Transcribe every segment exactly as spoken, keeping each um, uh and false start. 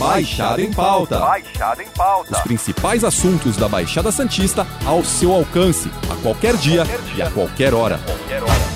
Baixada em Pauta. Baixada em Pauta. Os principais assuntos da Baixada Santista ao seu alcance, a qualquer dia, qualquer dia. e a qualquer hora. Qualquer hora.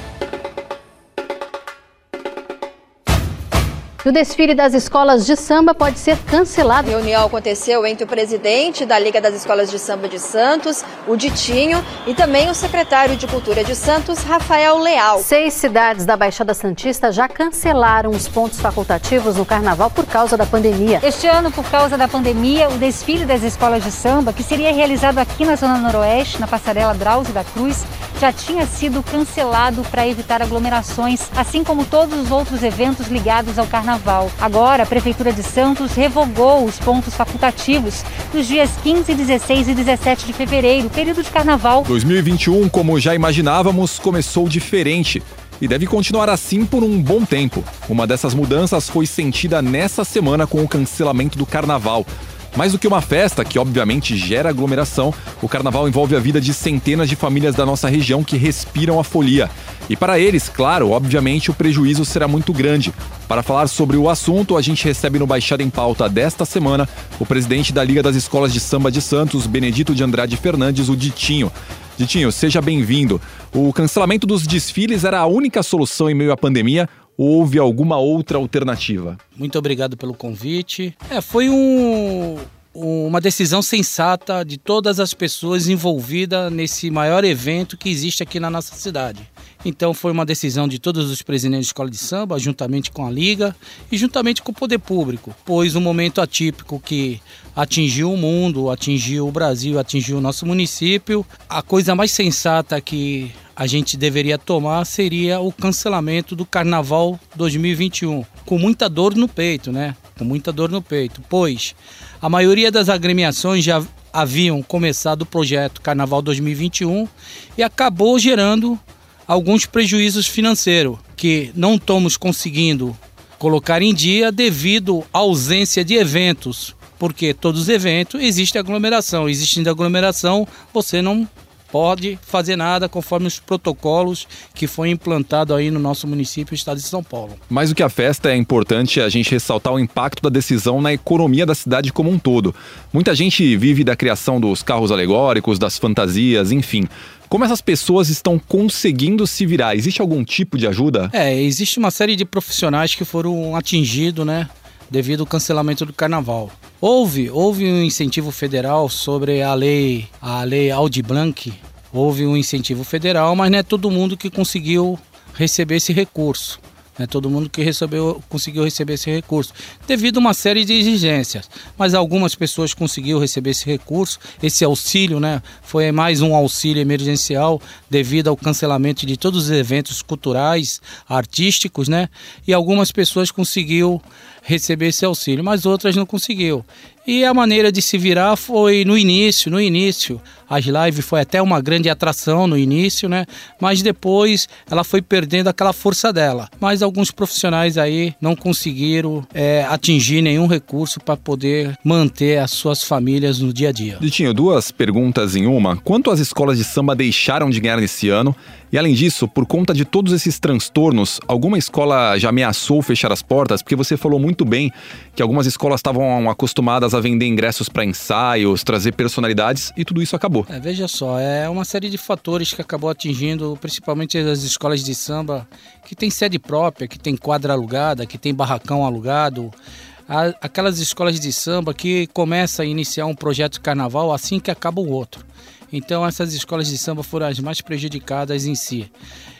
O desfile das escolas de samba pode ser cancelado. A reunião aconteceu entre o presidente da Liga das Escolas de Samba de Santos, o Ditinho, e também o secretário de Cultura de Santos, Rafael Leal. Seis cidades da Baixada Santista já cancelaram os pontos facultativos no carnaval por causa da pandemia. Este ano, por causa da pandemia, o desfile das escolas de samba, que seria realizado aqui na Zona Noroeste, na passarela Drauzio da Cruz, já tinha sido cancelado para evitar aglomerações, assim como todos os outros eventos ligados ao carnaval. Agora, a Prefeitura de Santos revogou os pontos facultativos nos dias quinze, dezesseis e dezessete de fevereiro, período de carnaval. dois mil e vinte e um, como já imaginávamos, começou diferente e deve continuar assim por um bom tempo. Uma dessas mudanças foi sentida nessa semana com o cancelamento do carnaval. Mais do que uma festa, que obviamente gera aglomeração, o carnaval envolve a vida de centenas de famílias da nossa região que respiram a folia. E para eles, claro, obviamente o prejuízo será muito grande. Para falar sobre o assunto, a gente recebe no Baixada em Pauta desta semana o presidente da Liga das Escolas de Samba de Santos, Benedito de Andrade Fernandes, o Ditinho. Ditinho, seja bem-vindo. O cancelamento dos desfiles era a única solução em meio à pandemia? Ou houve alguma outra alternativa? Muito obrigado pelo convite. É, foi um, uma decisão sensata de todas as pessoas envolvidas nesse maior evento que existe aqui na nossa cidade. Então foi uma decisão de todos os presidentes de escola de samba, juntamente com a Liga e juntamente com o poder público, pois um momento atípico que atingiu o mundo, atingiu o Brasil, atingiu o nosso município, a coisa mais sensata que a gente deveria tomar seria o cancelamento do Carnaval dois mil e vinte e um, com muita dor no peito, né? Com muita dor no peito, pois a maioria das agremiações já haviam começado o projeto Carnaval dois mil e vinte e um e acabou gerando alguns prejuízos financeiros que não estamos conseguindo colocar em dia devido à ausência de eventos, porque todos os eventos existe aglomeração, existindo aglomeração você não pode fazer nada conforme os protocolos que foi implantado aí no nosso município e estado de São Paulo. Mais do que a festa, é importante a gente ressaltar o impacto da decisão na economia da cidade como um todo. Muita gente vive da criação dos carros alegóricos, das fantasias, enfim. Como essas pessoas estão conseguindo se virar? Existe algum tipo de ajuda? É, existe uma série de profissionais que foram atingidos, né, devido ao cancelamento do carnaval. Houve, houve um incentivo federal sobre a lei, a lei Aldir Blanc, houve um incentivo federal, mas não é todo mundo que conseguiu receber esse recurso. Não é todo mundo que recebeu, conseguiu receber esse recurso, devido a uma série de exigências. Mas algumas pessoas conseguiram receber esse recurso, esse auxílio, né? Foi mais um auxílio emergencial devido ao cancelamento de todos os eventos culturais, artísticos, né? E algumas pessoas conseguiram receber esse auxílio, mas outras não conseguiu. E a maneira de se virar foi no início, no início. As lives foi até uma grande atração no início, né? Mas depois ela foi perdendo aquela força dela. Mas alguns profissionais aí não conseguiram é, atingir nenhum recurso para poder manter as suas famílias no dia a dia. Ditinho, duas perguntas em uma. Quanto as escolas de samba deixaram de ganhar nesse ano? E além disso, por conta de todos esses transtornos, alguma escola já ameaçou fechar as portas? Porque você falou muito bem que algumas escolas estavam acostumadas a vender ingressos para ensaios, trazer personalidades e tudo isso acabou. É, veja só, é uma série de fatores que acabou atingindo principalmente as escolas de samba que tem sede própria, que tem quadra alugada, que tem barracão alugado. Aquelas escolas de samba que começam a iniciar um projeto de carnaval assim que acaba o outro. Então essas escolas de samba foram as mais prejudicadas em si.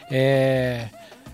É,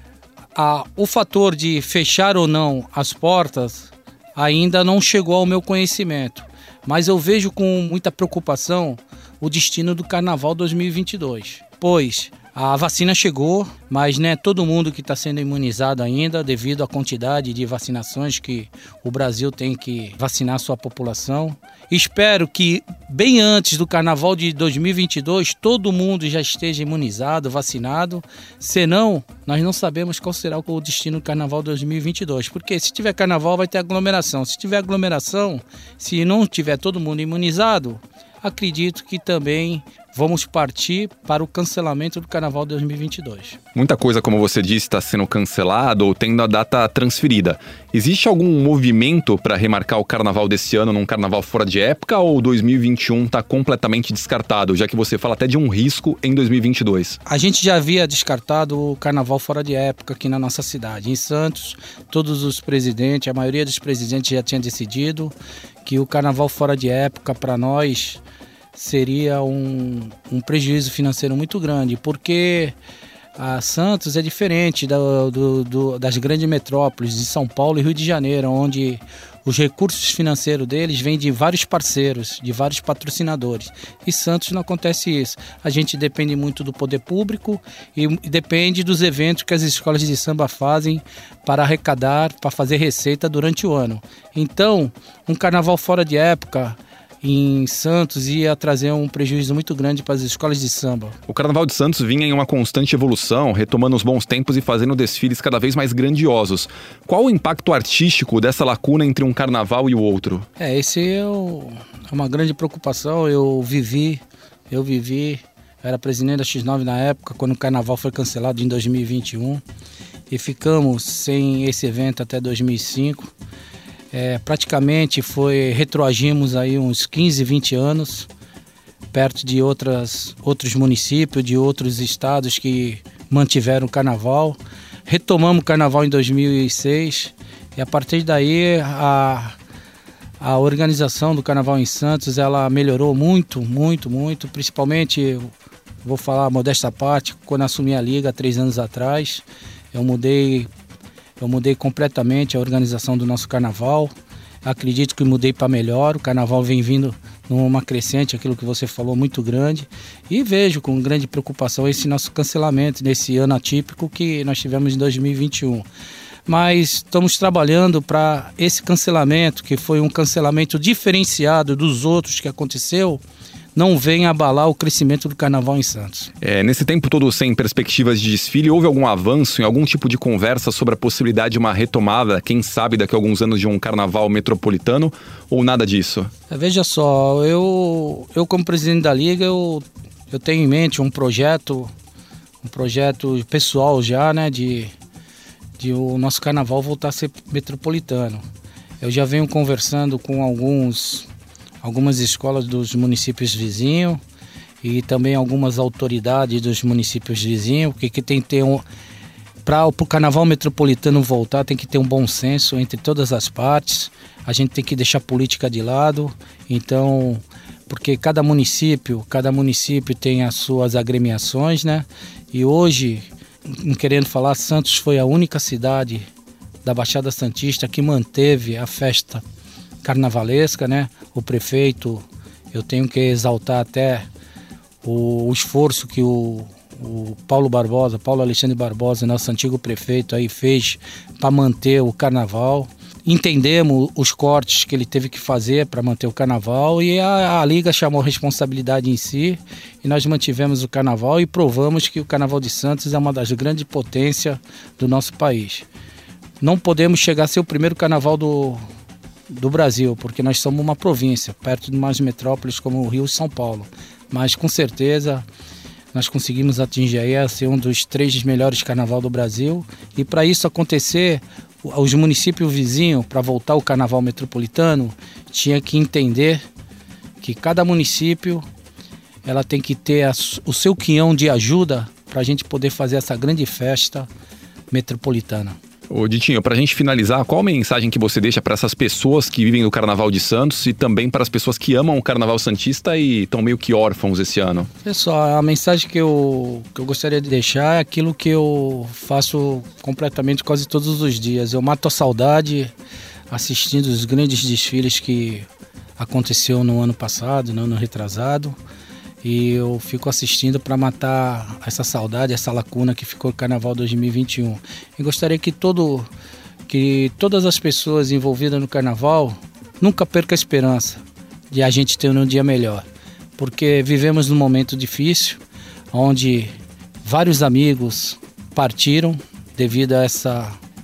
a, o fator de fechar ou não as portas ainda não chegou ao meu conhecimento, mas eu vejo com muita preocupação o destino do Carnaval dois mil e vinte e dois, pois a vacina chegou, mas não é todo mundo que está sendo imunizado ainda devido à quantidade de vacinações que o Brasil tem que vacinar a sua população. Espero que bem antes do Carnaval de dois mil e vinte e dois todo mundo já esteja imunizado, vacinado, senão nós não sabemos qual será o destino do Carnaval dois mil e vinte e dois, porque se tiver Carnaval vai ter aglomeração, se tiver aglomeração, se não tiver todo mundo imunizado, acredito que também vamos partir para o cancelamento do Carnaval dois mil e vinte e dois. Muita coisa, como você disse, está sendo cancelada ou tendo a data transferida. Existe algum movimento para remarcar o Carnaval desse ano num Carnaval fora de época ou dois mil e vinte e um está completamente descartado, já que você fala até de um risco em dois mil e vinte e dois? A gente já havia descartado o Carnaval fora de época aqui na nossa cidade. Em Santos, todos os presidentes, a maioria dos presidentes já tinha decidido que o Carnaval fora de época para nós seria um, um prejuízo financeiro muito grande, porque a Santos é diferente do, do, do, das grandes metrópoles de São Paulo e Rio de Janeiro, onde os recursos financeiros deles vêm de vários parceiros, de vários patrocinadores. E Santos não acontece isso. A gente depende muito do poder público e, e depende dos eventos que as escolas de samba fazem para arrecadar, para fazer receita durante o ano. Então, um carnaval fora de época em Santos ia trazer um prejuízo muito grande para as escolas de samba. O Carnaval de Santos vinha em uma constante evolução, retomando os bons tempos e fazendo desfiles cada vez mais grandiosos. Qual o impacto artístico dessa lacuna entre um carnaval e o outro? É, esse é, o, é uma grande preocupação. Eu vivi, eu vivi, era presidente da X nove na época, quando o Carnaval foi cancelado em dois mil e vinte e um, e ficamos sem esse evento até dois mil e cinco. É, praticamente foi, retroagimos aí uns quinze, vinte anos, perto de outras, outros municípios, de outros estados que mantiveram o carnaval. Retomamos o carnaval em dois mil e seis e a partir daí a, a organização do carnaval em Santos ela melhorou muito, muito, muito, principalmente, vou falar modesta parte, quando assumi a Liga há três anos atrás, eu mudei Eu mudei completamente a organização do nosso carnaval. Acredito que mudei para melhor. O carnaval vem vindo numa crescente, aquilo que você falou, muito grande. E vejo com grande preocupação esse nosso cancelamento nesse ano atípico que nós tivemos em dois mil e vinte e um. Mas estamos trabalhando para esse cancelamento, que foi um cancelamento diferenciado dos outros que aconteceu, não venha abalar o crescimento do carnaval em Santos. É, nesse tempo todo sem perspectivas de desfile, houve algum avanço em algum tipo de conversa sobre a possibilidade de uma retomada, quem sabe daqui a alguns anos, de um carnaval metropolitano, ou nada disso? É, veja só, eu, eu como presidente da Liga, eu, eu tenho em mente um projeto, um projeto pessoal já, né, de, de o nosso carnaval voltar a ser metropolitano. Eu já venho conversando com alguns... algumas escolas dos municípios vizinhos e também algumas autoridades dos municípios vizinhos, porque que tem que ter um, para o carnaval metropolitano voltar, tem que ter um bom senso entre todas as partes. A gente tem que deixar a política de lado, então, porque cada município, cada município tem as suas agremiações, né? E hoje, não querendo falar, Santos foi a única cidade da Baixada Santista que manteve a festa carnavalesca, né? O prefeito, eu tenho que exaltar até o, o esforço que o, o Paulo Barbosa, Paulo Alexandre Barbosa, nosso antigo prefeito, aí fez para manter o carnaval. Entendemos os cortes que ele teve que fazer para manter o carnaval e a, a Liga chamou a responsabilidade em si e nós mantivemos o carnaval e provamos que o Carnaval de Santos é uma das grandes potências do nosso país. Não podemos chegar a ser o primeiro carnaval do do Brasil, porque nós somos uma província, perto de mais metrópoles como o Rio e São Paulo. Mas com certeza nós conseguimos atingir aí a ser um dos três melhores carnaval do Brasil. E para isso acontecer, os municípios vizinhos, para voltar ao carnaval metropolitano, tinha que entender que cada município ela tem que ter a, o seu quinhão de ajuda para a gente poder fazer essa grande festa metropolitana. Ô Ditinho, para a gente finalizar, qual a mensagem que você deixa para essas pessoas que vivem do Carnaval de Santos e também para as pessoas que amam o Carnaval Santista e estão meio que órfãos esse ano? Pessoal, a mensagem que eu, que eu gostaria de deixar é aquilo que eu faço completamente quase todos os dias. Eu mato a saudade assistindo os grandes desfiles que aconteceu no ano passado, no ano retrasado. E eu fico assistindo para matar essa saudade, essa lacuna que ficou no Carnaval dois mil e vinte e um. E gostaria que, todo, que todas as pessoas envolvidas no Carnaval nunca percam a esperança de a gente ter um dia melhor. Porque vivemos num momento difícil, onde vários amigos partiram devido a essa,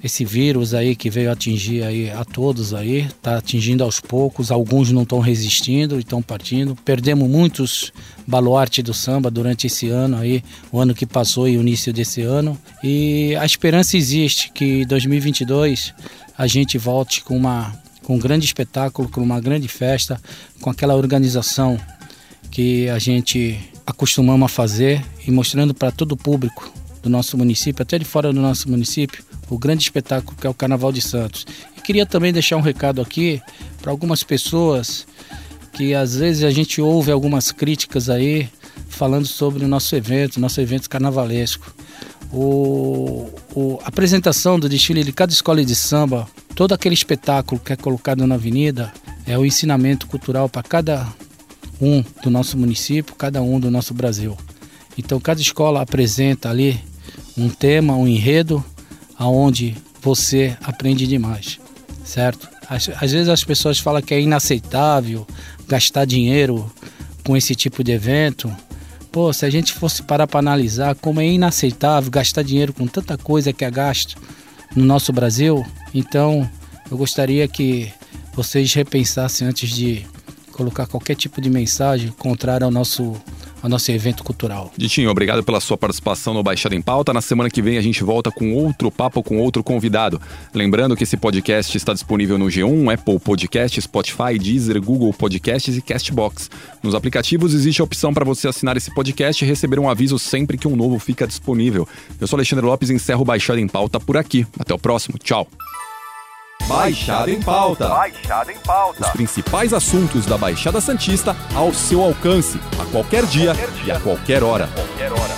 esse vírus aí que veio atingir aí a todos aí, está atingindo aos poucos, alguns não estão resistindo e estão partindo. Perdemos muitos baluartes do samba durante esse ano aí, o ano que passou e o início desse ano. E a esperança existe que em dois mil e vinte e dois a gente volte com, uma, com um grande espetáculo, com uma grande festa, com aquela organização que a gente acostumamos a fazer e mostrando para todo o público do nosso município, até de fora do nosso município, o grande espetáculo que é o Carnaval de Santos. E queria também deixar um recado aqui para algumas pessoas que às vezes a gente ouve algumas críticas aí falando sobre o nosso evento, nosso evento carnavalesco. O, o, a apresentação do desfile de cada escola de samba, todo aquele espetáculo que é colocado na avenida, é o ensinamento cultural para cada um do nosso município, cada um do nosso Brasil. Então cada escola apresenta ali um tema, um enredo, aonde você aprende demais, certo? Às, às vezes as pessoas falam que é inaceitável gastar dinheiro com esse tipo de evento. Pô, se a gente fosse parar para analisar como é inaceitável gastar dinheiro com tanta coisa que é gasto no nosso Brasil, então eu gostaria que vocês repensassem antes de colocar qualquer tipo de mensagem contrária ao nosso, ao nosso evento cultural. Ditinho, obrigado pela sua participação no Baixada em Pauta. Na semana que vem a gente volta com outro papo, com outro convidado. Lembrando que esse podcast está disponível no G um, Apple Podcasts, Spotify, Deezer, Google Podcasts e Castbox. Nos aplicativos existe a opção para você assinar esse podcast e receber um aviso sempre que um novo fica disponível. Eu sou Alexandre Lopes e encerro o Baixada em Pauta por aqui. Até o próximo. Tchau. Baixada em Pauta. Baixada em Pauta. Os principais assuntos da Baixada Santista ao seu alcance, a qualquer dia, qualquer dia. e a qualquer hora. Qualquer hora.